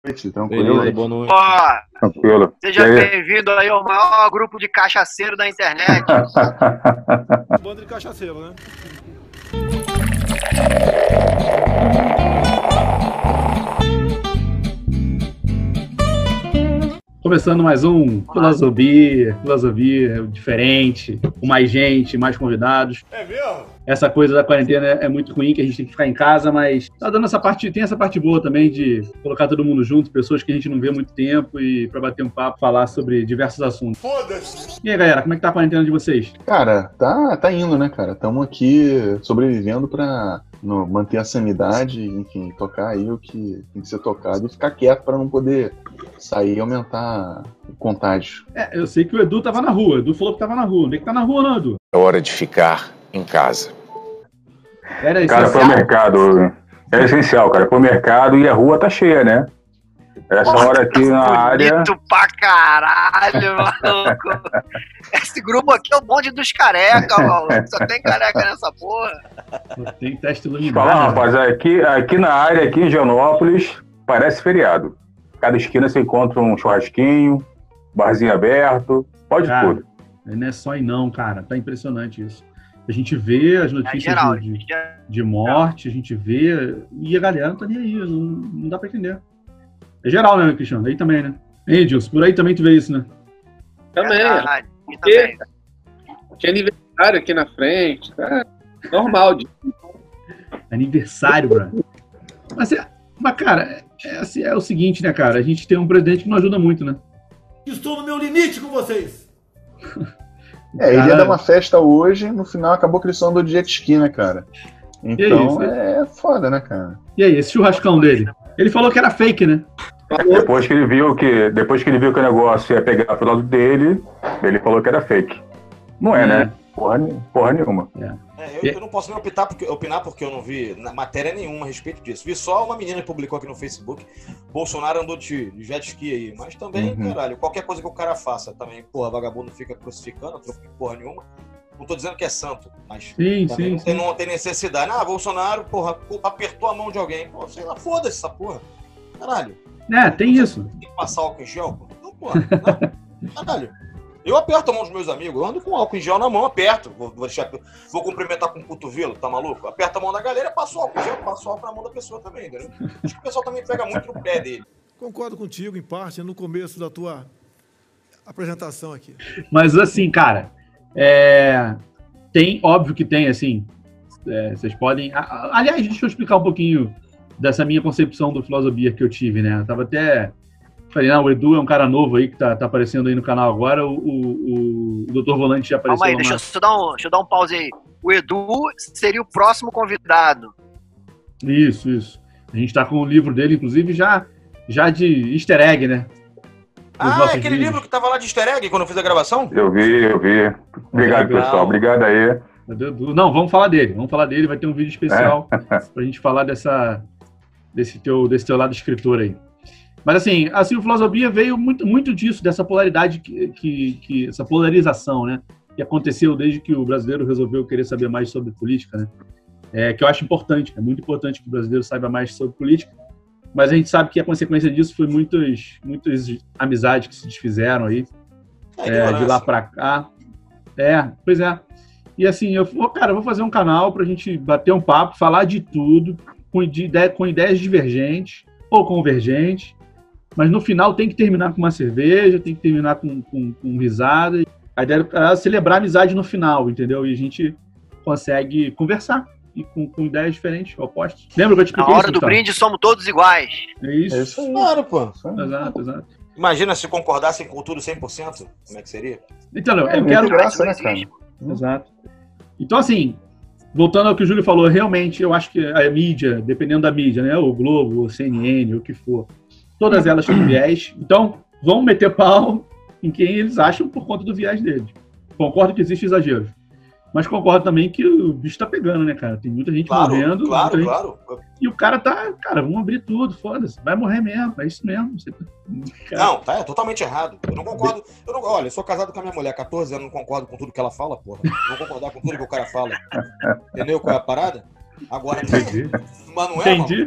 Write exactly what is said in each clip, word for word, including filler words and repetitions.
noite, tranquilo. Beleza, boa noite. Ó, Tranquilo. seja bem-vindo aí ao maior grupo de cachaceiro da internet. Bando de cachaceiro, né? Começando mais um Filosofia, Filosofia diferente, com mais gente, mais convidados. É mesmo? Essa coisa da quarentena é muito ruim, que a gente tem que ficar em casa, mas tá dando essa parte, tem essa parte boa também de colocar todo mundo junto, pessoas que a gente não vê há muito tempo e pra bater um papo, falar sobre diversos assuntos. Foda-se! E aí, galera, como é que tá a quarentena de vocês? Cara, tá, tá indo, né, cara? Estamos aqui sobrevivendo pra no, manter a sanidade, enfim, tocar aí o que tem que ser tocado e ficar quieto pra não poder sair e aumentar o contágio. É, eu sei que o Edu tava na rua, o Edu falou que tava na rua. Onde é que tá na rua, não, Edu? É hora de ficar em casa. Era Cara, foi ao essencial? mercado. É essencial, cara. Foi ao mercado e a rua tá cheia, né? Essa hora aqui na área. Bonito pra caralho, maluco. Esse grupo aqui é o bonde dos careca, maluco. Só tem careca nessa porra. Tem teste Deixa eu iluminado. falar, né? rapaz, aqui, aqui na área, aqui em Higienópolis, parece feriado. Cada esquina você encontra um churrasquinho, barzinho aberto, pode Cara, tudo. não é só e não, cara. Tá impressionante isso. A gente vê as É notícias geral. de, de, de morte, a gente vê, e a galera não tá nem aí, não, não dá pra entender. É geral, né, Cristiano? Aí também, né? Ei, Edilson, por aí também tu vê isso, né? Também, Verdade, aqui também. tinha aniversário aqui na frente, tá? Normal. De... Aniversário, bro. Mas, é, mas cara, é, assim, é o seguinte, né, cara? A gente tem um presidente que não ajuda muito, né? Estou no meu limite com vocês! É, ele ia Cara, dar uma festa hoje, no final acabou que ele só andou de jet ski, né, cara? Então isso? é foda, né, cara? E aí, esse churrascão dele? Ele falou que era fake, né? Depois que ele viu que, depois que ele viu que o negócio ia pegar pro lado dele, ele falou que era fake. Não é, É. né? Porra, ni- porra nenhuma. É, eu, eu não posso nem opinar porque, opinar porque eu não vi na- matéria nenhuma a respeito disso. Vi só uma menina que publicou aqui no Facebook, Bolsonaro andou de, de jet ski aí. Mas também, Uhum. caralho, qualquer coisa que o cara faça também, porra, vagabundo fica crucificando, troco de porra nenhuma. Não tô dizendo que é santo, mas Sim, também sim, não, tem, sim. não tem necessidade. Ah, Bolsonaro, porra, apertou a mão de alguém. Pô, sei lá, foda-se essa porra. Caralho. É, tem isso. Tem que passar álcool em gel, pô? Não, porra. Não. Caralho. Eu aperto a mão dos meus amigos, eu ando com álcool em gel na mão, aperto. Vou, vou, deixar, vou cumprimentar com o cotovelo, tá maluco? Aperta a mão da galera, passo álcool em gel, passo álcool na mão da pessoa também, entendeu? Acho que o pessoal também pega muito no pé dele. Concordo contigo, em parte, no começo da tua apresentação aqui. Mas assim, cara, é, tem, óbvio que tem, assim, é, vocês podem... a- a- Aliás, deixa eu explicar um pouquinho dessa minha concepção do Filosofia que eu tive, né? Eu tava até... Falei, não, o Edu é um cara novo aí que tá, tá aparecendo aí no canal agora, o, o, o doutor Volante já apareceu Calma aí, lá deixa eu, na- deixa eu dar um, deixa eu dar um pause aí. O Edu seria o próximo convidado. Isso, isso. A gente tá com o livro dele, inclusive, já, já de easter egg, né? Nos Ah, é nossos aquele vídeos. livro que tava lá de easter egg quando eu fiz a gravação? Eu vi, eu vi. Obrigado, Legal. pessoal. Obrigado aí. Do Edu. Não, vamos falar dele. Vamos falar dele. Vai ter um vídeo especial pra gente falar dessa, desse, teu, desse teu lado escritor aí. Mas assim, assim, o Filosofia veio muito, muito disso, dessa polaridade, que, que, que- essa polarização, né? Que aconteceu desde que o brasileiro resolveu querer saber mais sobre política, né? É, que eu acho importante, é muito importante que o brasileiro saiba mais sobre política, mas a gente sabe que a consequência disso foi muitas, muitas amizades que se desfizeram aí, É, é, de lá ignorância. pra cá. É, pois é. E assim, eu vou, cara, eu vou fazer um canal pra gente bater um papo, falar de tudo, com, de ideia, com ideias divergentes ou convergentes, mas no final tem que terminar com uma cerveja, tem que terminar com, com, com risada. A ideia é celebrar a amizade no final, entendeu? E a gente consegue conversar e com, com ideias diferentes, opostas. Lembra que eu te Na expliquei hora isso, do Gustavo? brinde somos todos iguais. É isso. É isso aí. Claro, pô. Isso aí. Exato, exato. Imagina se concordassem com tudo cem por cento. Como é que seria? Então, eu É, quero... muito graça, né, Isso não cara? existe. Exato. Então, assim, voltando ao que o Júlio falou, realmente eu acho que a mídia, dependendo da mídia, né? O Globo, o C N N, o que for, todas elas têm viés. Então, vão meter pau em quem eles acham por conta do viés deles. Concordo que existe exagero. Mas concordo também que o bicho tá pegando, né, cara? Tem muita gente Claro, morrendo. claro, muita gente- claro. E o cara tá, cara, vamos abrir tudo, foda-se. Vai morrer mesmo, é isso mesmo. Você- cara, Não, tá, é totalmente errado. Eu não concordo. Eu não, olha, eu sou casado com a minha mulher há catorze anos, não concordo com tudo que ela fala, porra. Não vou concordar com tudo que o cara fala. Entendeu qual é a parada? Agora, Entendi. mas não é, mano? Entendi.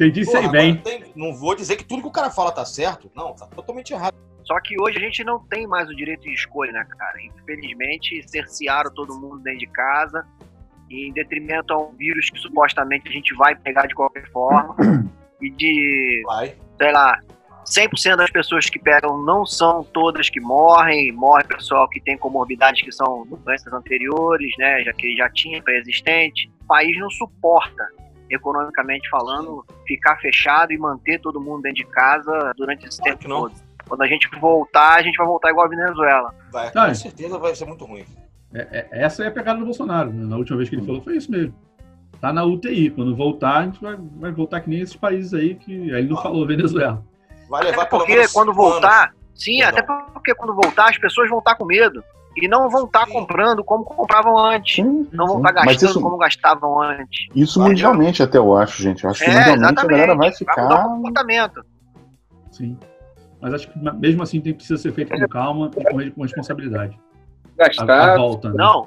Entendi isso aí Porra, bem. agora tem- não vou dizer que tudo que o cara fala tá certo. Não, tá totalmente errado. Só que hoje a gente não tem mais o direito de escolha, né, cara? Infelizmente, cercearam todo mundo dentro de casa, em detrimento a um vírus que supostamente a gente vai pegar de qualquer forma, e de, Vai. sei lá, cem por cento das pessoas que pegam não são todas que morrem, morre pessoal que tem comorbidades que são doenças anteriores, né, já que já tinha pré-existente. O país não suporta, economicamente falando, ficar fechado e manter todo mundo dentro de casa durante esse Claro tempo que não. todo. Quando a gente voltar, a gente vai voltar igual a Venezuela. Vai, Tá. com certeza vai ser muito ruim. É- é- essa é a pegada do Bolsonaro. Né? Na última vez que ele falou, foi isso mesmo. Tá na U T I. Quando voltar, a gente vai, vai voltar que nem esses países aí que aí ele não Ah. falou, Venezuela. Vai levar Até pelo porque menos quando cinco anos. voltar, sim, Perdão. até porque quando voltar, as pessoas vão estar com medo. E não vão estar Sim. comprando como compravam antes. Sim, Não vão sim. estar Mas gastando isso, como gastavam antes. isso Vai, mundialmente até eu acho, gente. Eu acho que É, mundialmente a exatamente. galera vai Vai mudar o ficar. comportamento. Sim. Mas acho que mesmo assim tem, precisa ser feito com calma e com, com responsabilidade. A, a Gastar. volta, né? Não.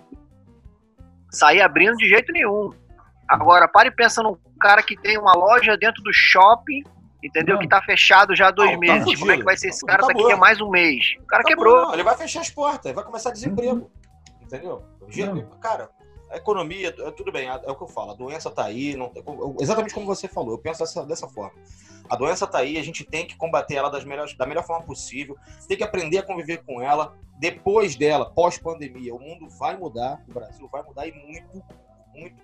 Sair abrindo de jeito nenhum. Agora, pare e pensa num cara que tem uma loja dentro do shopping, entendeu? Não. Que tá fechado já há dois Não, tá meses. fudido. Como é que vai ser esse cara Acabou. daqui a mais um mês? O cara Acabou, quebrou. não, ele vai fechar as portas, vai começar desemprego. Entendeu? Não. Cara, a economia, é tudo bem, é o que eu falo, a doença tá aí, não, exatamente como você falou, eu penso dessa, dessa forma. A doença tá aí, a gente tem que combater ela das melhores, da melhor forma possível, tem que aprender a conviver com ela. Depois dela, pós-pandemia, o mundo vai mudar, o Brasil vai mudar e muito, muito.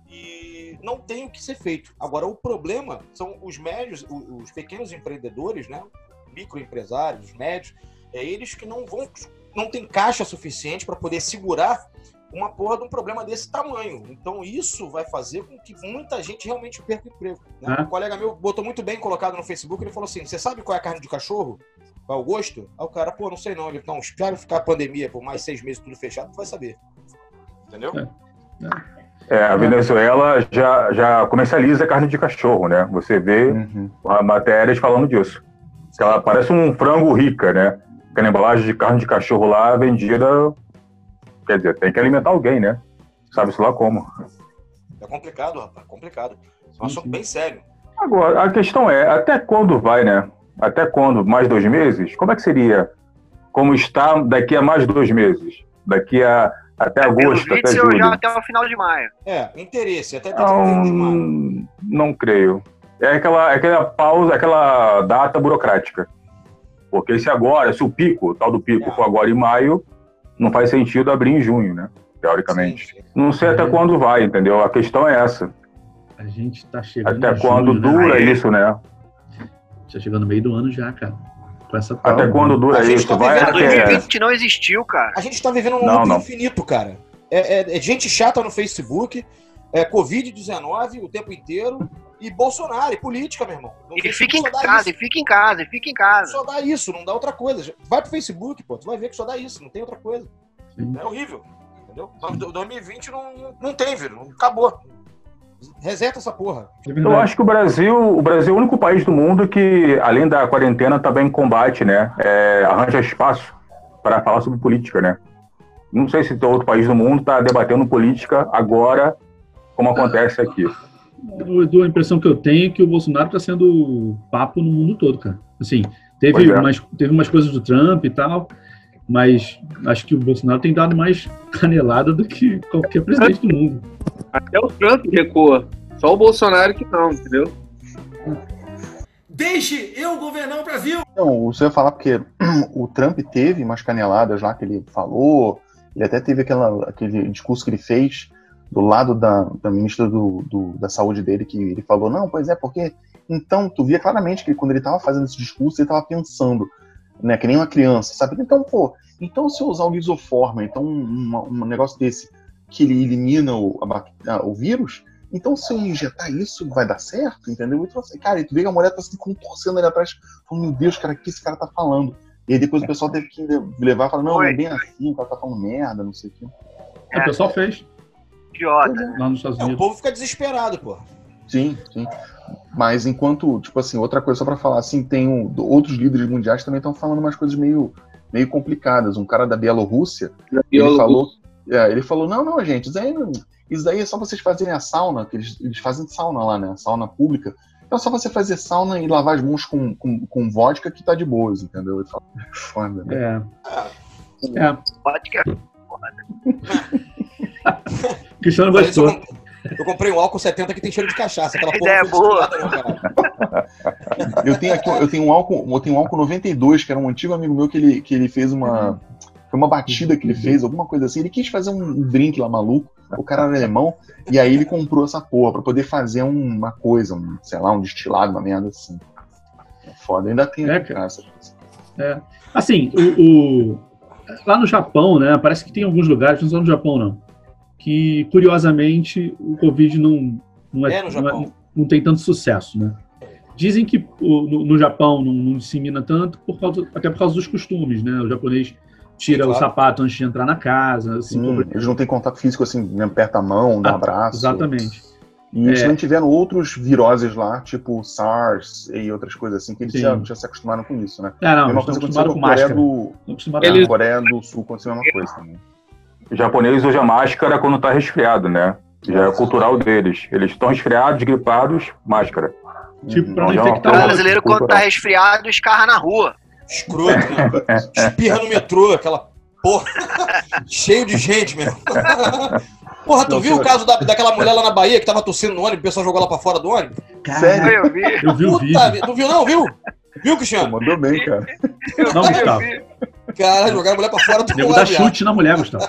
E não tem o que ser feito. Agora, o problema são os médios, os, os pequenos empreendedores, né? Microempresários, os médios, é eles que não vão, não tem caixa suficiente para poder segurar uma porra de um problema desse tamanho. Então, isso vai fazer com que muita gente realmente perca o emprego. Né? É. Um colega meu botou muito bem colocado no Facebook, ele falou assim, você sabe qual é a carne de cachorro? Qual é o gosto? Aí o cara, pô, não sei não. Ele, não, espera ficar a pandemia por mais seis meses tudo fechado, tu vai saber. Entendeu? É. É, a Venezuela já, já comercializa carne de cachorro, né? Você vê Uhum. matérias falando disso. Que ela parece um frango rica, né? Aquela embalagem de carne de cachorro lá vendida. Quer dizer, tem que alimentar alguém, né? Sabe-se lá como. É complicado, rapaz, complicado. É um Sim, assunto sim. bem sério. Agora, a questão é, até quando vai, né? Até quando? Mais dois meses? Como é que seria? Como está daqui a mais dois meses? Daqui a até Pelo agosto, vídeo, até eu julho? já até o final de maio. É, interesse, até trinta e um de maio. Não, não creio. É aquela, aquela pausa, aquela data burocrática. Porque se agora, se o pico, o tal do pico É. for agora em maio, não faz sentido abrir em junho, né? Teoricamente. Sim, sim. Não sei até quando vai, entendeu? A questão é essa. A gente tá chegando Até em quando julho, né? dura Aí, isso, né? tá chegando no meio do ano já, cara. Com essa Até tal, quando né? dura A gente isso? tá Vai vivendo até... dois mil e vinte não existiu, cara. A gente tá vivendo um Não, loop não. infinito, cara. É, é- é gente chata no Facebook, é covid dezenove o tempo inteiro, e Bolsonaro, e política, meu irmão. No E Facebook fica em só dá casa, e isso. fica em casa, e fica em casa. Só dá isso, não dá outra coisa. Vai pro Facebook, pô, tu vai ver que só dá isso, não tem outra coisa. Sim. É horrível, entendeu? dois mil e vinte não, não tem, velho, não- acabou. Reseta essa porra. É Eu verdade. acho que o Brasil, o Brasil é o único país do mundo que, além da quarentena, também combate, né? É, arranja espaço para falar sobre política, né? Não sei se outro país do mundo está debatendo política agora, como acontece aqui. Eu- A impressão que eu tenho é que o Bolsonaro está sendo papo no mundo todo, cara. Assim, teve, Pois é. umas, teve umas coisas do Trump e tal, mas acho que o Bolsonaro tem dado mais canelada do que qualquer presidente do mundo. Até o Trump recua. Só o Bolsonaro que não, entendeu? Deixe eu governar o Brasil! Não, você ia falar porque o Trump teve umas caneladas lá que ele falou, ele até teve aquela, aquele discurso que ele fez do lado da, da ministra do, do- da saúde dele, que ele falou, não, pois é, porque então tu via claramente que quando ele estava fazendo esse discurso, ele estava pensando, né, que nem uma criança, sabe? Então, pô, então se eu usar o lisoforma, então uma- um negócio desse, que ele elimina o, a bac- a- o vírus, então se eu injetar isso, vai dar certo, entendeu? Então, assim, cara, e tu vê que a mulher tá se contorcendo ali atrás, falando, meu Deus, cara, o que esse cara tá falando? E aí depois o pessoal teve que levar e falar, não, não é bem assim, o cara tá falando merda, não sei o quê. É, o pessoal fez Idiota. lá nos Estados É, o Unidos. povo fica desesperado, pô. Sim, sim. Mas enquanto, tipo assim, outra coisa só pra falar, assim, tem um, do- outros líderes mundiais também estão falando umas coisas meio, meio complicadas. Um cara da Bielorrússia, ele falou, é, ele falou, não, não, gente, isso daí, não- isso daí é só vocês fazerem a sauna, que eles, eles fazem sauna lá, né, a sauna pública. Então é só você fazer sauna e lavar as mãos com, com, com vodka que tá de boas, entendeu? Eu falo, foda, né? É. É. Vodka. Cristiano Mas eu, gostou. comp- eu comprei um álcool setenta que tem cheiro de cachaça. Aquela porra Ideia não foi boa. destilada, não, caralho. Eu tenho aqui, eu tenho um álcool, eu tenho um álcool noventa e dois, que era um antigo amigo meu que ele, que ele fez uma. Foi uma batida que ele fez, alguma coisa assim. Ele quis fazer um drink lá maluco, o cara era alemão, e aí ele comprou essa porra pra poder fazer uma coisa, um, sei lá, um destilado, uma merda assim. É foda, ainda tem É, aqui, cara, essa coisa. É. Assim, o, o- lá no Japão, né? Parece que tem alguns lugares, não só no Japão, não, que curiosamente o Covid não, não, é, É no não, Japão. é- não tem tanto sucesso, né? Dizem que o- no, no Japão não, não dissemina tanto, por causa, até por causa dos costumes, né? O japonês tira Sim, o claro. sapato antes de entrar na casa, assim, Sim, como- eles não têm contato físico assim, né, aperta a mão, dá um Ah, abraço. exatamente. E eles É. também tiveram outros viroses lá, tipo SARS e outras coisas assim, que eles Sim. já, já se acostumaram com isso, né? É, não, a mesma eles coisa estão aconteceu acostumados com com a Coreia máscara. do, Estão acostumados Eles- com Coreia do Sul, aconteceu a mesma coisa também. O japonês usa máscara quando tá resfriado, né? Já é cultural deles. Eles estão resfriados, gripados, máscara. Tipo, pra Não, não já é uma infectar O coisa o brasileiro, quando tá cultural. resfriado, escarra na rua. Escroto, né? Espirra no metrô, aquela porra. Cheio de gente mesmo. Porra, tu Não, viu o senhor. caso da, daquela mulher lá na Bahia que tava tossindo no ônibus e o pessoal jogou ela pra fora do ônibus? Sério? Eu vi. Eu vi o vídeo. Puta, vida, não viu não, viu? Viu, Pô, Cristiano? mandou bem, cara. Não, Gustavo. Caralho, jogaram a mulher pra fora do Nego dá ônibus. chute na mulher, Gustavo.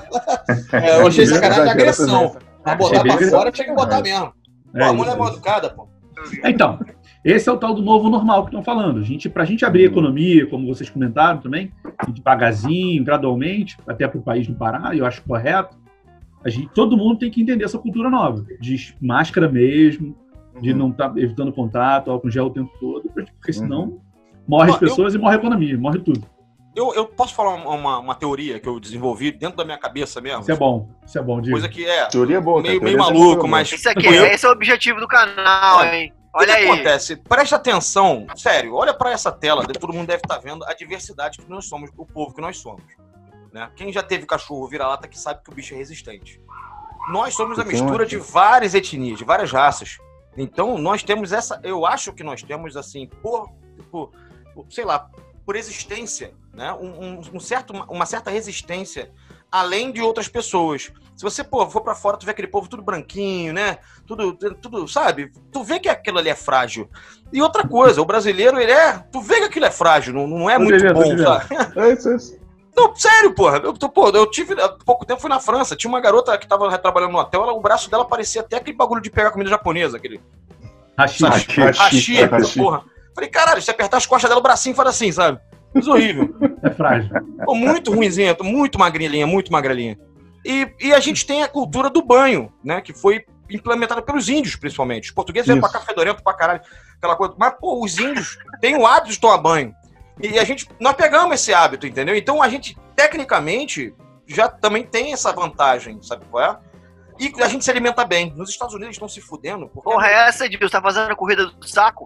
É, eu achei sacanagem de Exagero agressão. também. Pra botar Achei bem pra fora, agressivo. tinha que botar mesmo. Pô, É a isso, mulher é é mal isso. educada, pô. Então, esse é o tal do novo normal que estão falando. A gente, para a gente abrir a economia, como vocês comentaram também, devagarzinho, gradualmente, até para o país não parar, e eu acho correto, a gente, todo mundo tem que entender essa cultura nova, de máscara mesmo, de Uhum. não estar evitando contato, álcool gel o tempo todo, porque senão morre Ó, as pessoas e morre a economia, morre tudo. Eu, eu posso falar uma, uma, uma teoria que eu desenvolvi dentro da minha cabeça mesmo? Isso é bom, isso é bom, digo. Coisa que é Teoria boa, meio, cara. meio Teoria maluco, boa. mas. Isso aqui, eu, esse é o objetivo do canal, hein? O que Olha aí. acontece? Preste atenção, sério, olha pra essa tela, todo mundo deve estar vendo a diversidade que nós somos, o povo que nós somos. Né? Quem já teve cachorro vira-lata que sabe que o bicho é resistente. Nós somos a Eu tenho mistura aqui. de várias etnias, de várias raças. Então, nós temos essa. Eu acho que nós temos, assim, por. por, por sei lá, por existência, né? Um, um- um certo, uma certa resistência, além de outras pessoas. Se você, pô, for pra fora, tu vê aquele povo tudo branquinho, né? Tudo, tudo, sabe? Tu vê que aquilo ali é frágil. E outra coisa, o brasileiro, ele é. Tu vê que aquilo é frágil, não, não é Tô muito entendendo, tô bom, entendendo. sabe? É isso, é isso. Não, sério, porra. Eu, tô- pô, eu tive. Há pouco tempo fui na França. Tinha uma garota que tava trabalhando no hotel. Ela, o braço dela parecia até aquele bagulho de pegar comida japonesa, aquele. Rachixe. Hashi. Hashi, é, aquela hashi. porra. Falei, caralho, se apertar as costas dela, o bracinho faz assim, sabe? Coisa horrível. É frágil. Pô, muito ruimzinha, muito magrelinha, muito magrelinha. E, e a gente tem a cultura do banho, né? Que foi implementada pelos índios, principalmente. Os portugueses vieram pra Isso. cá fedorento pra caralho, aquela coisa. Mas, pô, os índios têm o hábito de tomar banho. E a gente, nós pegamos esse hábito, entendeu? Então a gente, tecnicamente, já também tem essa vantagem, sabe qual é? E a gente se alimenta bem. Nos Estados Unidos estão se fudendo. Porque Porra, é essa, Edilson? Tá fazendo a corrida do saco?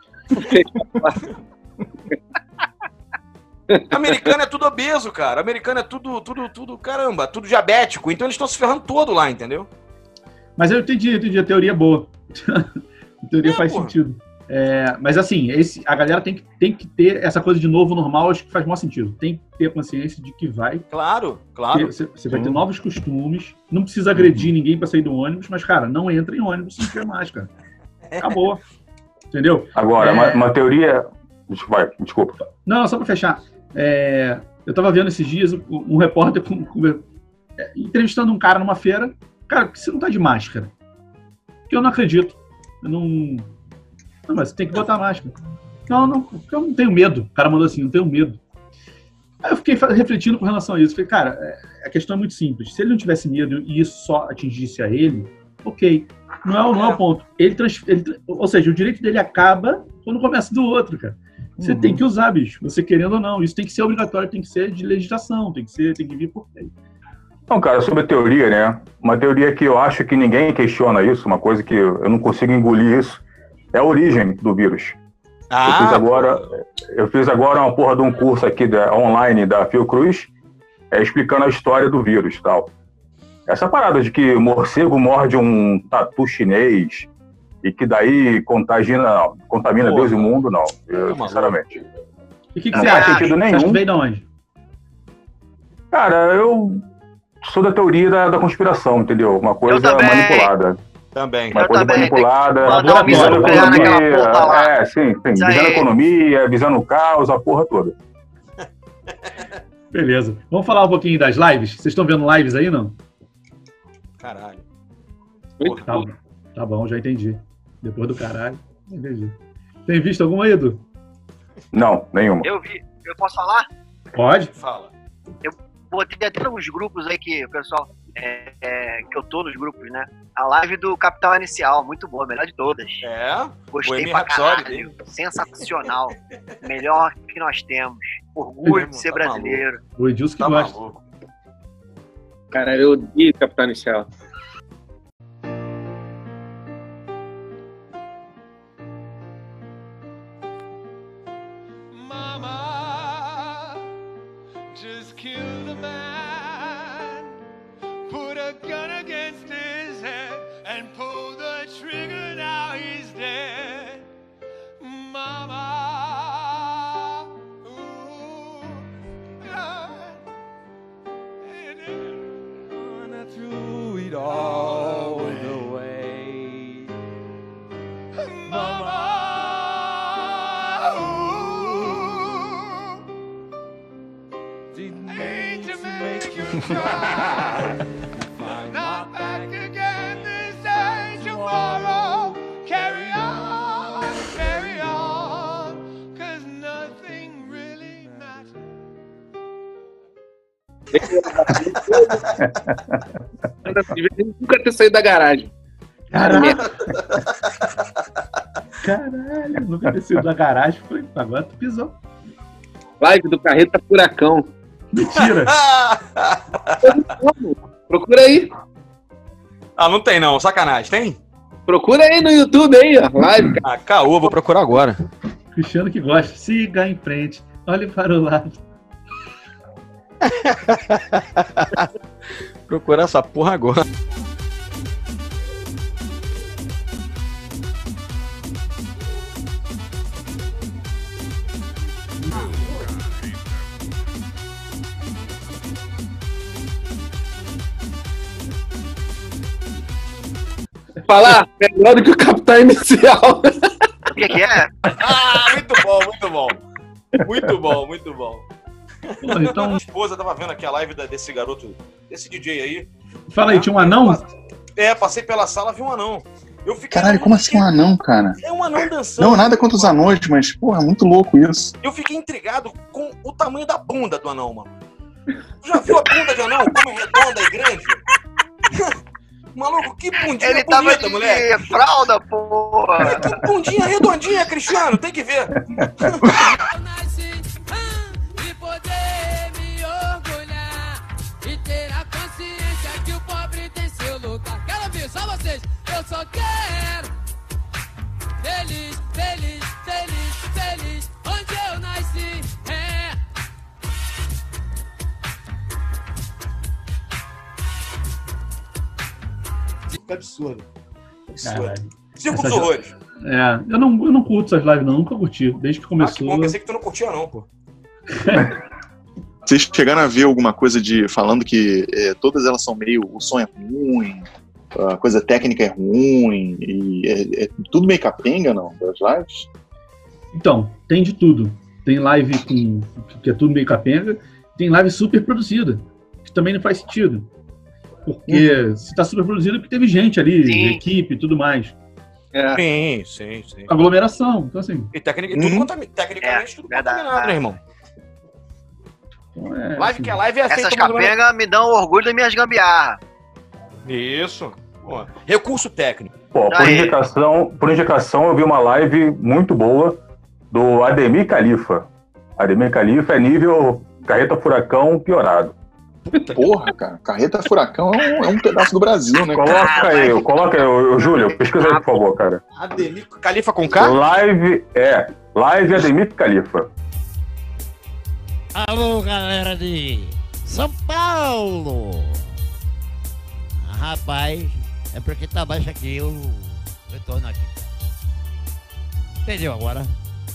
americano é tudo obeso, cara. Americano é tudo, tudo, tudo, caramba, tudo diabético. Então eles estão se ferrando todo lá, entendeu? Mas eu entendi, eu entendi, a teoria é boa. A teoria É, faz porra. sentido. É, mas assim, esse, a galera tem que, tem que ter essa coisa de novo normal, acho que faz maior sentido. Tem que ter consciência de que vai Claro, claro. ter- Você você vai ter Sim. novos costumes, não precisa agredir ninguém pra sair do ônibus, mas, cara, não entra em ônibus sem ter máscara. Acabou. Entendeu? Agora, É. uma, uma teoria. Vai, desculpa. Não, só pra fechar. É, eu tava vendo esses dias um, um repórter com- com- é, entrevistando um cara numa feira. Cara, por que você não tá de máscara? Porque eu não acredito. Eu não. Não, mas você tem que botar máscara. Não, não, porque eu não tenho medo. O cara mandou assim, não tenho medo. Aí eu fiquei fa- refletindo com relação a isso. Falei, cara, é, a questão é muito simples. Se ele não tivesse medo e isso só atingisse a ele, ok. Não é, o- não é o ponto. Ele, trans, ele tra- Ou seja, o direito dele acaba quando começa do outro, cara. Você Uhum. tem que usar, bicho. Você querendo ou não. Isso tem que ser obrigatório, tem que ser de legislação, tem que ser, tem que vir por lei. Então, cara, sobre a teoria, né? Uma teoria que eu acho que ninguém questiona isso, uma coisa que eu não consigo engolir isso, é a origem do vírus. Ah, eu, fiz agora, eu fiz agora uma porra de um curso aqui da, online da Fiocruz, é, explicando a história do vírus e tal. Essa parada de que morcego morde um tatu chinês, e que daí contamina, contamina Porra. Deus e o mundo, não. Eu, Tá sinceramente. E o que, que Não você faz acha? sentido Você nenhum. acha que veio de onde? Cara, eu sou da teoria da, da conspiração, entendeu? Uma coisa também. manipulada. Também. Uma Eu coisa também, manipulada, mandar um míssil visando nuclear naquela economia. porra lá. É, sim, sim. Isso Visando aí. economia, visando o caos, a porra toda. Beleza. Vamos falar um pouquinho das lives? Vocês estão vendo lives aí, não? Caralho. Muito Tá, bom. tá bom, já entendi. Depois do caralho, entendi. Tem visto alguma, Edu? Não, nenhuma. Eu vi. Eu posso falar? Pode? Fala. Botei até nos grupos aí que o pessoal. É, é, que eu tô nos grupos, né? A live do Capital Inicial, muito boa, melhor de todas. É. Gostei Bohemian pra Rhapsody, caralho. Sensacional. Melhor que nós temos. Orgulho de ser Tá brasileiro. O Edilson que Tá gosta. maluco. Cara, eu odeio Capitão Inicial. Mama just killed a man, put a gun against his head and pulled the trigger, now he's dead. Mama, ooh, Lord, and I threw it all away. Mama, hate to make you cry. Not back again this day tomorrow. Carry on, carry on, 'cause nothing really matters. Nunca ter saído da garagem. Caralho! Caralho, nunca desceu da garagem. Falei, agora tu pisou. Live do Carreta Furacão. Mentira! Procura aí. Ah, não tem não, sacanagem. Tem? Procura aí no YouTube aí, ó. Live. Ah, caô, vou procurar agora. Cristiano que gosta. Siga em frente. Olhe para o lado. Procurar essa porra agora. Falar melhor do que o Capitão Inicial. O que, que é? Ah, muito bom, muito bom. Muito bom, muito bom. Pô, então, Minha esposa tava vendo aqui a live da- desse garoto, desse D J aí. fala aí, tinha um anão? É, passei pela sala, vi um anão. Eu fiquei. Caralho, como assim um anão, cara? É um anão dançando. Não, nada contra os anões, mas, porra, muito louco isso. Eu fiquei intrigado com o tamanho da bunda do anão, mano. Tu já viu a bunda de anão? Como é redonda e grande? Maluco, que bundinha Ele tava bonita, de moleque. fralda, porra. Que bundinha redondinha, Cristiano, tem que ver. Eu nasci ah, e poder me orgulhar e ter a consciência que o pobre tem seu lugar. Quero ver só vocês. Eu só quero feliz, feliz, feliz, feliz onde eu nasci. É. Que absurdo. Absurdo. Caralho. Circo dos Essa- horrores. É, eu não, eu não curto essas lives, não. Nunca curti. Desde que Ah, que começou. bom, pensei que tu não curtia não, pô. Vocês chegaram a ver alguma coisa de falando que é, todas elas são meio. O som é ruim, a coisa técnica é ruim, e é, é tudo meio capenga, não? Das lives? Então, tem de tudo. Tem live com, que é tudo meio capenga. Tem live super produzida, que também não faz sentido. Porque se tá super produzido é porque teve gente ali, Sim. equipe e tudo mais. É. Sim, sim, sim. Aglomeração. Então, assim. E tecnica, tudo Uhum. contami- tecnicamente É, tudo verdade. contaminado, né, irmão? Então é, Live assim, que é live é Essas feita mais ou menos- capengas me dão orgulho das minhas gambiarras. Isso. Pô, recurso técnico. Pô, por Aí. indicação, por indicação, eu vi uma live muito boa do Ademir Califa. Ademir Califa é nível Carreta Furacão piorado. Porra, cara, Carreta Furacão é um, é um pedaço do Brasil, né? cara? Coloca aí, coloca aí, ô, ô, Júlio, pesquisa aí, por favor, cara. Ademir Califa com K? Live, é, live Ademir Califa. Alô, galera de São Paulo! Ah, rapaz, é porque tá baixo aqui o retorno aqui. Entendeu agora?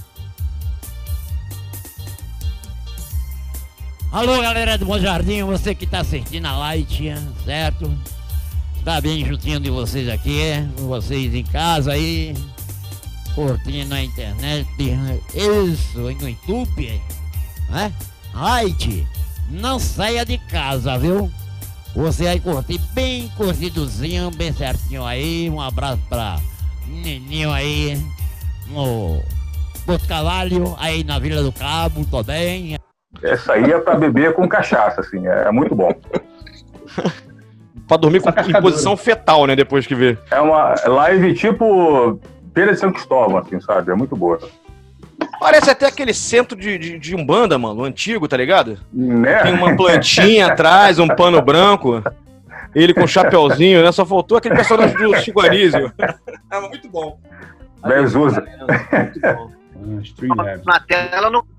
Alô, galera do Bom Jardim, você que tá assistindo a Light, certo? Tá bem juntinho de vocês aqui, vocês em casa aí, curtindo a internet, isso, no YouTube, né? Light, não saia de casa, viu? Você vai curtir bem curtidozinho, bem certinho aí. Um abraço pra Neninho aí no Porto Cavalho, aí na Vila do Cabo também. Essa aí é pra beber com cachaça, assim, é muito bom. Pra dormir com, em posição fetal, né, depois que vê. É uma live tipo Feira de São Cristóvão, assim, sabe? É muito boa. Parece até aquele centro de, de, de Umbanda, mano, antigo, tá ligado? Né? Tem uma plantinha atrás, um pano branco, ele com um chapeuzinho, né? Só faltou aquele personagem do Chico Anísio. É muito bom. Bezuza. Muito bom. Na tela não...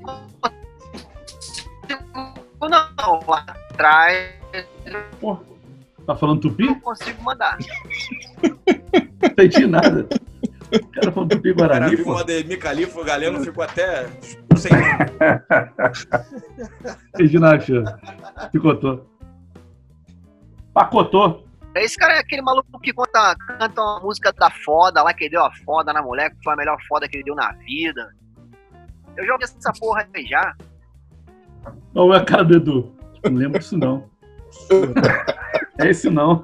Não, lá atrás... Pô, tá falando tupi? Não consigo mandar. Não entendi nada. O cara falando tupi Guarani, cara, viu pô. uma de Micalifa, o Galeno ficou até sem... Entendi nada, filho. Picotou. Pacotou. Esse cara é aquele maluco que conta, canta uma música da foda lá, que ele deu a foda na mulher, que foi a melhor foda que ele deu na vida. Eu já ouvi essa porra aí já. Olha a cara do Edu. Não lembro disso, não. É esse, não.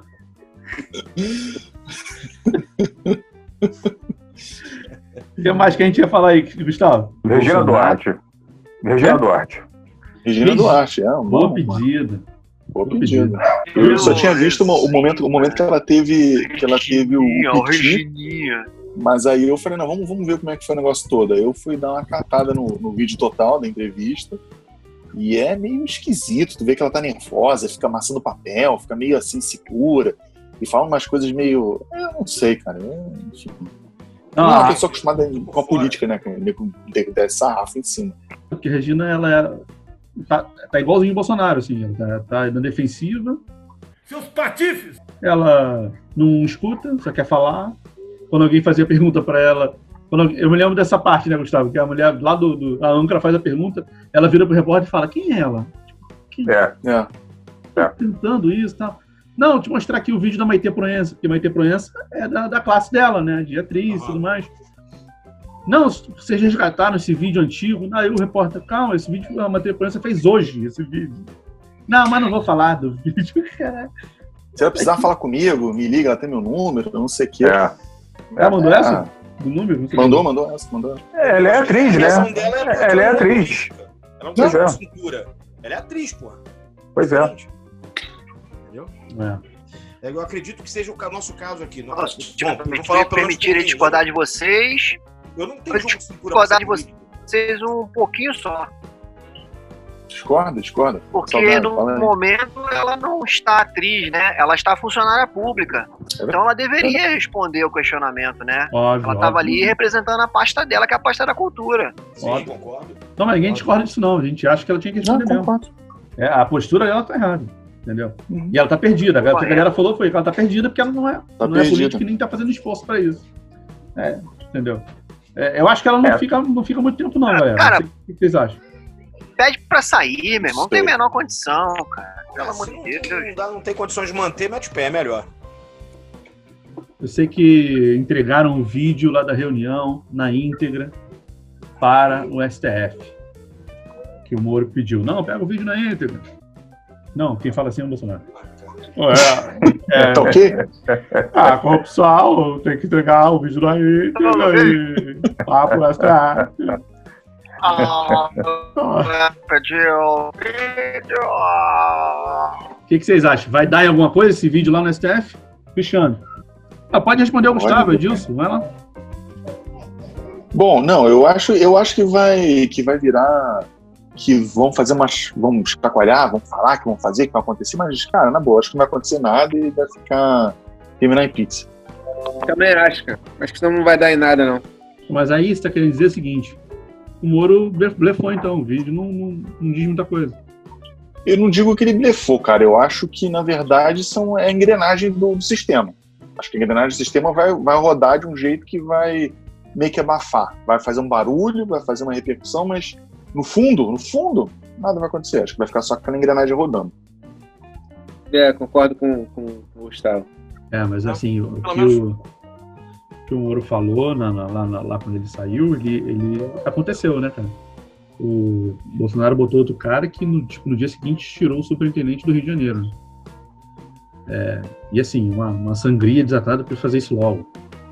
O que mais que a gente ia falar aí, Gustavo? Regina Duarte. Regina é? Duarte. Regina Regi... Duarte, é. Um Boa pedida. Boa pedida. Eu, eu só tinha visto o momento, o momento que ela teve, que ela teve o, o Regininha. Mas aí eu falei, não, vamos, vamos ver como é que foi o negócio todo. Aí eu fui dar uma catada no, no vídeo total da entrevista. E é meio esquisito, tu vê que ela tá nervosa, fica amassando papel, fica meio assim, segura, e fala umas coisas meio... Eu não sei, cara, eu, enfim... Não, não é uma pessoa acostumada com a política, né, com esse sarrafo em cima. Porque a Regina, ela era... Tá, tá igualzinho o Bolsonaro, assim, ela tá, tá na defensiva. Seus patifes! Ela não escuta, só quer falar. Quando alguém fazia pergunta pra ela... Quando eu me lembro dessa parte, né, Gustavo? Que a mulher lá do, do a âncora faz a pergunta, ela vira pro repórter e fala: quem é ela? Tipo, quem é? É. Tá tentando isso e tal. Não, te mostrar aqui o vídeo da Maitê Proença, porque Maitê Proença é da, da classe dela, né? De atriz e uhum. tudo mais. Não, vocês resgataram esse vídeo antigo. Aí o repórter, calma, esse vídeo a Maitê Proença fez hoje, esse vídeo. Não, mas não vou falar do vídeo. Caraca. Se ela precisar falar comigo, me liga, ela tem meu número, eu não sei o que. É. Ela mandou é. essa? Do número? Mandou, mandou essa, mandou. É, ela é atriz, né? É ela é atriz. Ela não tem cintura. Ela é atriz, porra. Pois é. Entendeu? É. Eu acredito que seja o nosso caso aqui. Não, Nossa, bom, me falar permitirem discordar de vocês. Eu não tenho jogo de cintura. Discordar de vocês um pouquinho só. Discorda, discorda. Porque Saudade, no fala aí. momento ela não está atriz, né? Ela está funcionária pública. É então ela deveria responder o questionamento, né? Óbvio, ela estava óbvio. ali representando a pasta dela, que é a pasta da cultura. Sim, óbvio. Concordo. Não, mas ninguém discorda disso, não. A gente acha que ela tinha que responder não, mesmo. É, a postura dela tá errada, entendeu? Uhum. E ela tá perdida. O que a galera falou foi que ela tá perdida porque ela não é, tá não é política e nem tá fazendo esforço pra isso. É, entendeu? É, eu acho que ela não, é. fica, não fica muito tempo, não, galera. Cara, o que vocês acham? Pede pra sair, meu irmão. Não tem a menor condição, cara. Pelo É, amor de Deus. Não, dá, não tem condições de manter, mete o pé, é melhor. Eu sei que entregaram o vídeo lá da reunião, na íntegra, para o S T F. Que o Moro pediu. Não, pega o vídeo na íntegra. Não, quem fala assim é o Bolsonaro. É, é, tá o quê? Ah, corrupção, tem que entregar o vídeo na íntegra e lá pro S T F. Ah, pediu o vídeo. O que, que vocês acham? Vai dar em alguma coisa esse vídeo lá no S T F? Cristiano. Ah, pode responder o Gustavo, Edilson, vai lá. Bom, não, eu acho, eu acho que vai, que vai virar, que vão fazer umas, vão chacoalhar, vão falar que vão fazer, que vai acontecer, mas, cara, na boa, acho que não vai acontecer nada e vai ficar, terminar em pizza. Também acho, cara. Acho que isso não vai dar em nada, não. Mas aí você tá querendo dizer o seguinte: o Moro blefou, então, o vídeo não, não, não diz muita coisa. Eu não digo que ele blefou, cara. Eu acho que, na verdade, são, é a engrenagem do, do sistema. Acho que a engrenagem do sistema vai, vai rodar de um jeito que vai meio que abafar. Vai fazer um barulho, vai fazer uma repercussão, mas no fundo, no fundo, nada vai acontecer. Acho que vai ficar só aquela engrenagem rodando. É, concordo com, com, com o Gustavo. É, mas assim, o que o, que o Moro falou na, na, lá, lá quando ele saiu, ele, ele aconteceu, né, cara? O Bolsonaro botou outro cara que no, tipo, no dia seguinte tirou o superintendente do Rio de Janeiro. Né? É, e assim, uma, uma sangria desatada para fazer isso logo.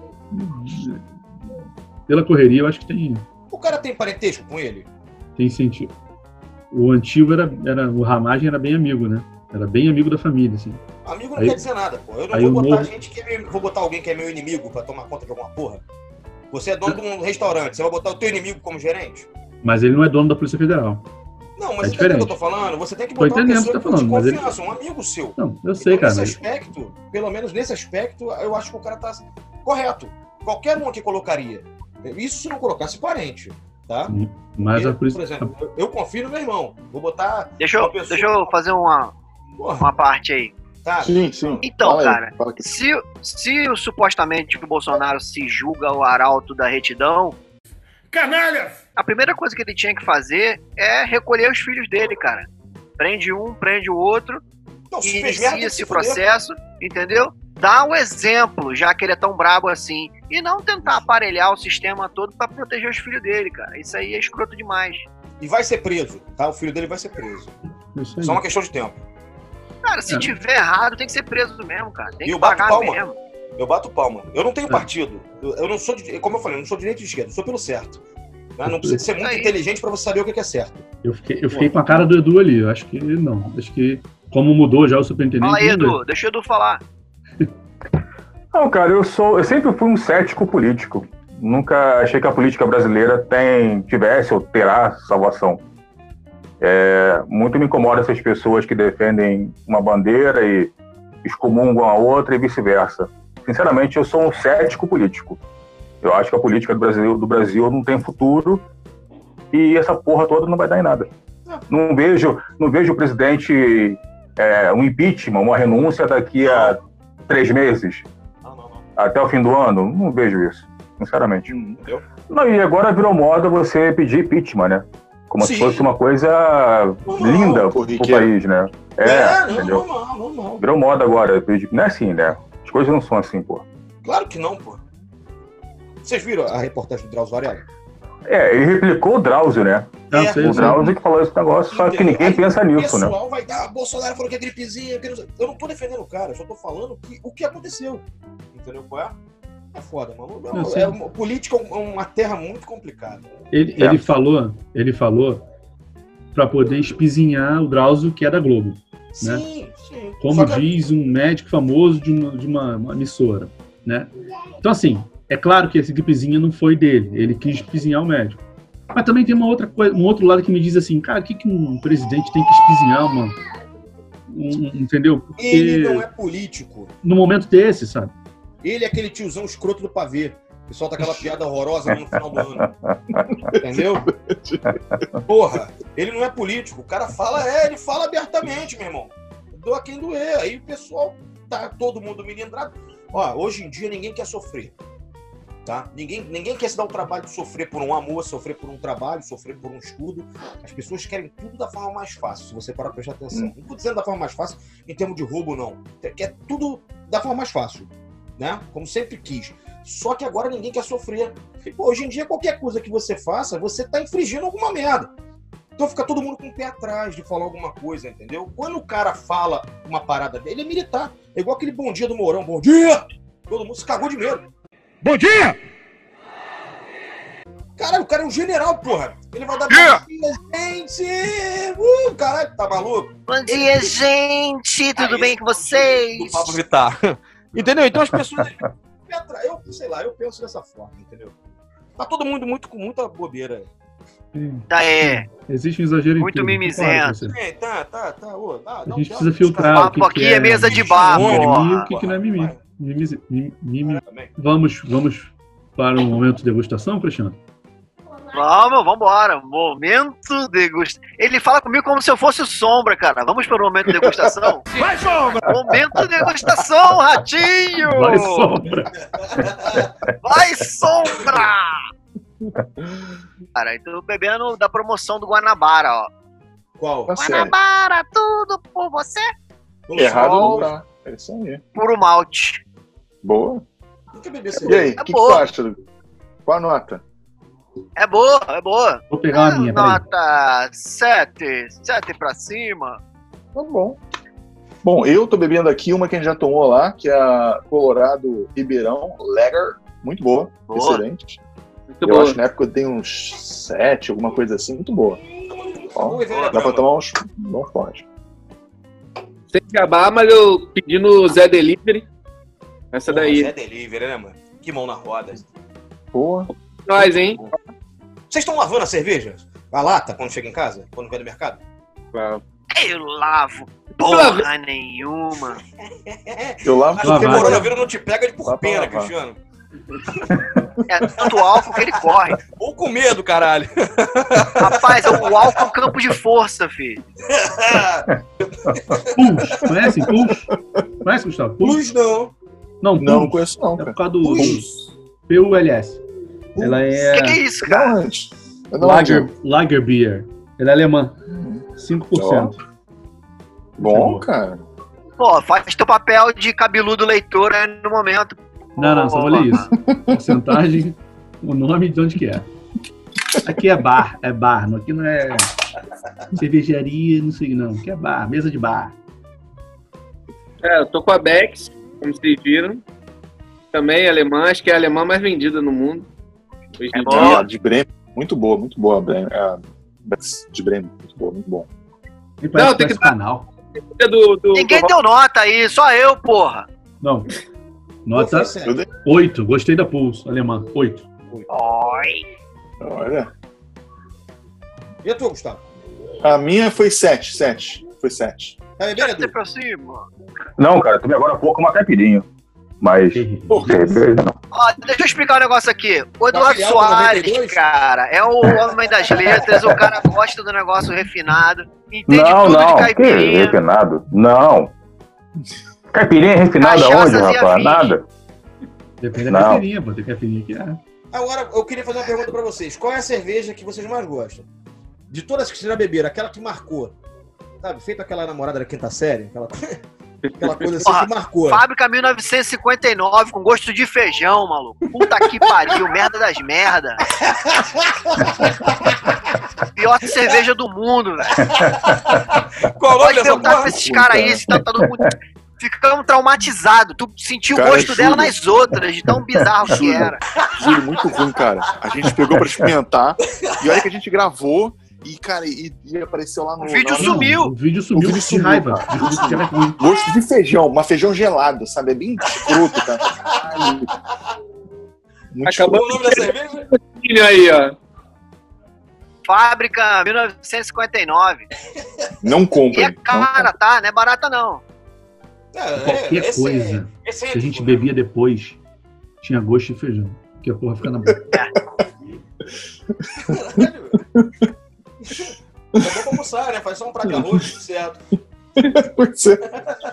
Pela correria, eu acho que tem. O cara tem parentesco com ele? Tem sentido. O antigo era, era. O Ramagem era bem amigo, né? Era bem amigo da família, assim. Amigo não aí, quer dizer nada, pô. Eu não vou botar novo... gente que é meu, vou botar alguém que é meu inimigo pra tomar conta de alguma porra. Você é dono de um restaurante, você vai botar o teu inimigo como gerente? Mas ele não é dono da Polícia Federal. Não, mas é você entendeu o que eu tô falando? Você tem que botar uma pessoa tá falando, de confiança, ele... um amigo seu. Não, eu sei, então, cara. Nesse mas... aspecto, pelo menos nesse aspecto, eu acho que o cara tá correto. Qualquer um aqui colocaria. Isso se não colocasse parente, tá? Mas eu, a polícia... Por exemplo, eu, eu confio no meu irmão. Vou botar... Deixa eu, pessoa... deixa eu fazer uma, uma parte aí. Tá. Sim, sim. Então, fala cara, aí, fala se, se supostamente o Bolsonaro se julga o arauto da retidão... Canalhas! A primeira coisa que ele tinha que fazer é recolher os filhos dele, cara. Prende um, prende o outro, não, e inicia esse processo, entendeu? Dá um exemplo, já que ele é tão brabo assim. E não tentar aparelhar o sistema todo pra proteger os filhos dele, cara. Isso aí é escroto demais. E vai ser preso, tá? O filho dele vai ser preso. Só uma questão de tempo. Cara, se é. tiver errado, tem que ser preso mesmo, cara. Tem e que eu bato pagar palma. mesmo. Eu bato palma. Eu não tenho partido. Eu não sou, de, como eu falei, eu não sou de direita e de esquerda. Eu sou pelo certo. Não precisa ser muito inteligente pra você saber o que é certo. Eu fiquei, eu fiquei com a cara do Edu ali. Eu acho que não. Acho que, como mudou já o superintendente... Fala aí, Edu. Deixa o Edu falar. Não, cara, eu sou, eu sempre fui um cético político. Nunca achei que a política brasileira tem, tivesse ou terá salvação. É, muito me incomoda essas pessoas que defendem uma bandeira e excomungam a outra e vice-versa. Sinceramente, eu sou um cético político. Eu acho que a política do Brasil, do Brasil não tem futuro e essa porra toda não vai dar em nada. Não vejo, não vejo o presidente é, um impeachment, uma renúncia daqui a três meses. Até o fim do ano, não vejo isso, sinceramente. Hum, não, e agora virou moda você pedir impeachment, né? Como Sim. se fosse uma coisa normal, linda pro país, né? É, é entendeu? Normal, normal. Virou moda agora. Não é assim, né? As coisas não são assim, pô. Claro que não, pô. Vocês viram a reportagem do Drauzio Varela? É, ele replicou o Drauzio, né? É, o Drauzio que falou esse negócio, só que ninguém pensa nisso, né? O pessoal vai dar, Bolsonaro falou que é gripezinha, que não... eu não tô defendendo o cara, eu só tô falando que, o que aconteceu. Entendeu qual é? É foda, mano. É, é uma, política é uma terra muito complicada. Ele, é. ele falou, ele falou pra poder espizinhar o Drauzio, que é da Globo. Sim, né? sim. Como diz um médico famoso de uma, de uma, uma emissora, né? Então, assim, é claro que esse gripezinha não foi dele, ele quis espizinhar o médico. Mas também tem uma outra coisa, um outro lado que me diz assim, cara, o que, que um presidente tem que espizinhar, mano? Um, entendeu? Porque ele não é político. No momento desse, sabe? Ele é aquele tiozão escroto do pavê, que solta aquela piada horrorosa no final do ano. Entendeu? Porra, ele não é político. O cara fala, é, ele fala abertamente, meu irmão. Doa quem doer. Aí o pessoal tá todo mundo melindrado. Ó, hoje em dia ninguém quer sofrer. Tá? Ninguém, ninguém quer se dar o trabalho de sofrer por um amor, sofrer por um trabalho, sofrer por um estudo. As pessoas querem tudo da forma mais fácil, se você parar pra prestar atenção. Hum. Não tô dizendo da forma mais fácil em termos de roubo, não. Quer tudo da forma mais fácil, né? Como sempre quis. Só que agora ninguém quer sofrer. E, pô, hoje em dia, qualquer coisa que você faça, você tá infringindo alguma merda. Então fica todo mundo com o pé atrás de falar alguma coisa, entendeu? Quando o cara fala uma parada dele, ele é militar. É igual aquele bom dia do Mourão. Bom dia! Todo mundo se cagou de medo. Bom dia! Caralho, o cara é um general, porra. Ele vai dar yeah. bom dia, gente! Uh, caralho, tá maluco? Bom dia, gente! Tudo Aí, bem com vocês? Do Pablo Vittar. Entendeu? Então as pessoas... Eu, sei lá, eu penso dessa forma, entendeu? Tá todo mundo muito, com muita bobeira. Tá, é. Existe um exagero muito em tudo. mimizento. É, tá, tá, tá. Ô, dá, a gente precisa filtrar o que, papo aqui que é, é mesa de bar, mimimi, o que, que não é mimimi. Mimimi, mimimi. Vamos, vamos para um momento de degustação, Cristiano? Vamos, vambora. Momento degustação. Ele fala comigo como se eu fosse o Sombra, cara. Vamos para o momento degustação? Vai, Sombra! Momento degustação, Ratinho! Vai, Sombra! Vai, Sombra! Cara, então eu tô bebendo da promoção do Guanabara, ó. Qual? Tá certo. Guanabara, tudo por você. Errado Sol, não tá. É isso aí. Puro malte. Boa. Nunca bebi E cerveja. aí, o É que, que boa. tu acha? Qual a nota? É boa, é boa. Vou pegar uma minha, peraí. Nota sete, sete pra cima. Tá bom. Bom, eu tô bebendo aqui uma que a gente já tomou lá, que é a Colorado Ribeirão Lager. Muito boa, Boa. excelente. Muito eu boa. acho que na época eu tenho uns sete, alguma coisa assim, muito boa. Ó, Boa e velha dá pra brama. tomar uns bons fortes. Sem acabar, mas eu pedi no Zé Delivery. Essa Porra, daí. Zé Delivery, né, mano? Que mão na roda. Porra. Nós, hein? Vocês estão lavando a cerveja? A lata, quando chega em casa? Quando vai no mercado? Claro. Eu lavo porra nenhuma. Eu lavo Mas Lá o que vai. coronavírus não te pega de por Lá pra pena, lavar. Cristiano. É tanto álcool que ele corre. Ou com medo, caralho. Rapaz, é o álcool é um campo de força, filho. Pulse. Conhecem Pulse? Conhece, Gustavo? Pulse? Luz não. Não, Não, não Pulse. conheço não, É cara. por causa do Pulse. P U L S. Ela O é que, que é isso, cara? Da onde? É da Lager, onde? Lager Beer. Ela é alemã. cinco por cento. Bom, cara. Pô, faz teu papel de cabeludo leitor né, no momento. Não, não, só vou ler isso. Porcentagem, o nome de onde que é. Aqui é bar, é bar. Aqui não é cervejaria, não sei não. Aqui é bar, mesa de bar. É, eu tô com a Bex, como vocês viram. Também alemã, acho que é a alemã mais vendida no mundo. Hoje É em bom. dia. Ah, de Bremen. Muito boa, muito boa a Bremen. A Bex de Bremen. Muito boa, muito bom. Nem parece Não, tem que que é canal. Do, do, Ninguém do... deu nota aí, só eu, porra. Não. Nota Foi sete. Eu dei- oito. Gostei da Pulse, alemã. oito. Oi. Olha. E a tua, Gustavo? A minha foi sete, sete. Foi sete. Tá bebendo, Sete Edu? pra cima. Não, cara, tomei agora há pouco uma caipirinha. Mas Terrível. cerveja não. Ó, deixa eu explicar um negócio aqui. O Eduardo Aquele álbum Soares, noventa e dois? cara, é o homem das letras, o cara gosta do negócio refinado, entende Não, tudo de não. Que caipirinha. refinado? Não. Caipirinha refinada Cachaças onde, e rapaz? afins. Nada. Depende da Não. caipirinha, pô. Tem caipirinha que é. Agora, eu queria fazer uma pergunta pra vocês. Qual é a cerveja que vocês mais gostam? De todas que vocês já beberam, aquela que marcou. Sabe, feito aquela namorada da quinta série, aquela, aquela coisa assim Porra, que marcou. Fábrica mil novecentos e cinquenta e nove, com gosto de feijão, maluco. Puta que pariu, merda das merda. Pior cerveja do mundo, velho. Qual o nome Pode dessa perguntar porra? pra esses caras aí se tá todo mundo... Ficamos traumatizados. Tu sentiu o Cara, gosto dela juro. nas outras, de tão bizarro que Juro. era. Juro, muito ruim, cara. A gente pegou pra experimentar. E olha que a gente gravou. E, cara, e, e apareceu lá no. O vídeo na hora- Não, sumiu. O vídeo sumiu O vídeo de sumiu, raiva. cara. De que era ruim. Gosto de feijão, mas feijão gelado, sabe? É bem escroto, cara. Caralho. Muito Acabou Qual o nome da cerveja? Olha aí, ó. Fábrica mil novecentos e cinquenta e nove. escroto. Não E comprem. é cara, tá? Não é barata, não. É, Qualquer esse coisa é, esse é que a gente épico, bebia depois tinha gosto de feijão. Que a porra fica na boca. né? É bom pra almoçar, né? Faz só um prato de arroz, tudo certo. Pois é.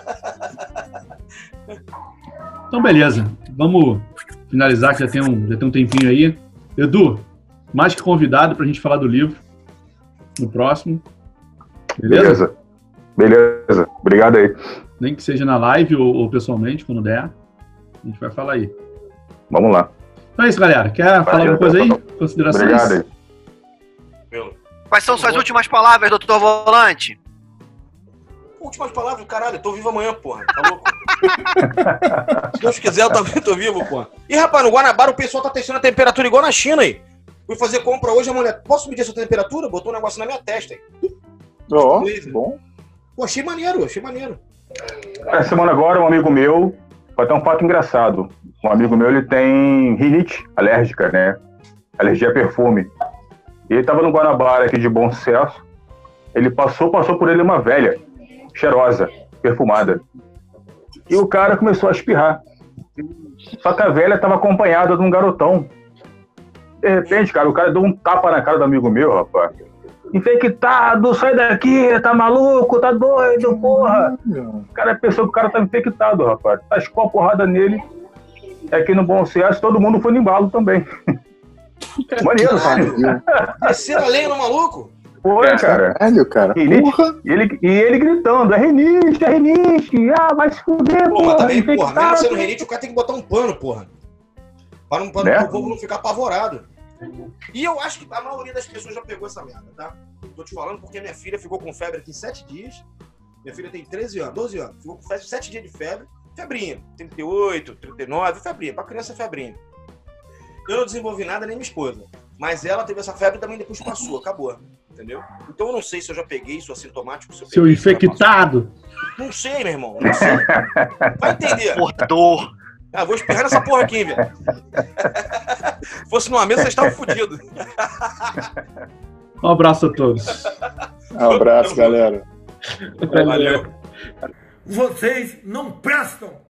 Então, beleza. Vamos finalizar, que já tem um, já tem um tempinho aí. Edu, mais que convidado pra gente falar do livro no próximo. Beleza? Beleza. Beleza. Obrigado aí. Nem que seja na live ou, ou pessoalmente, quando der. A gente vai falar aí. Vamos lá. Então é isso, galera. Quer falar alguma coisa aí? Considerações? Obrigado aí. Quais são suas últimas palavras, doutor Volante? Últimas palavras, caralho, eu tô vivo amanhã, porra. Tá louco? Se Deus quiser, eu também tô vivo, porra. E, rapaz, no Guanabara o pessoal tá testando a temperatura igual na China aí. Fui fazer compra hoje, a mulher, posso medir a sua temperatura? Botou um negócio na minha testa aí. Ó, bom. Pô, achei maneiro, achei maneiro. Essa semana agora, um amigo meu, vai ter um fato engraçado. Um amigo meu, ele tem rinite alérgica, né? Alergia a perfume. E ele tava no Guanabara aqui de Bom Sucesso. Ele passou, passou por ele uma velha, cheirosa, perfumada. E o cara começou a espirrar. Só que a velha estava acompanhada de um garotão. De repente, cara, o cara deu um tapa na cara do amigo meu, rapaz. Infectado, sai daqui, tá maluco, tá doido, porra. O cara pensou que o cara tá infectado, rapaz. Tascou a porrada nele. É que no bom senso todo mundo foi no embalo também. Maneiro, cara. Desceram a lenha no maluco? Foi, cara. Caralho, cara. E ele, e ele, e ele gritando, é renite, é renite. Ah, vai se fuder, Pô, porra. mas também, porra, infectado. mesmo sendo renite, o cara tem que botar um pano, porra. Pra, não, pra Né? o povo não ficar apavorado. E eu acho que a maioria das pessoas já pegou essa merda, tá? Tô te falando porque minha filha ficou com febre aqui sete dias. Minha filha tem treze anos, doze anos. Ficou com febre, sete dias de febre. Febrinha. trinta e oito, trinta e nove, febrinha. Pra criança é febrinha. Eu não desenvolvi nada, nem minha esposa. Mas ela teve essa febre e também depois passou, acabou. Entendeu? Então eu não sei se eu já peguei isso assintomático. Se eu Seu peguei, se infectado. não sei, meu irmão. Não sei. Vai entender. Portador. Ah, vou espirrar nessa porra aqui, velho. Se fosse numa mesa, vocês estavam fodidos. Um abraço a todos. Um abraço, galera. Valeu. Vocês não prestam!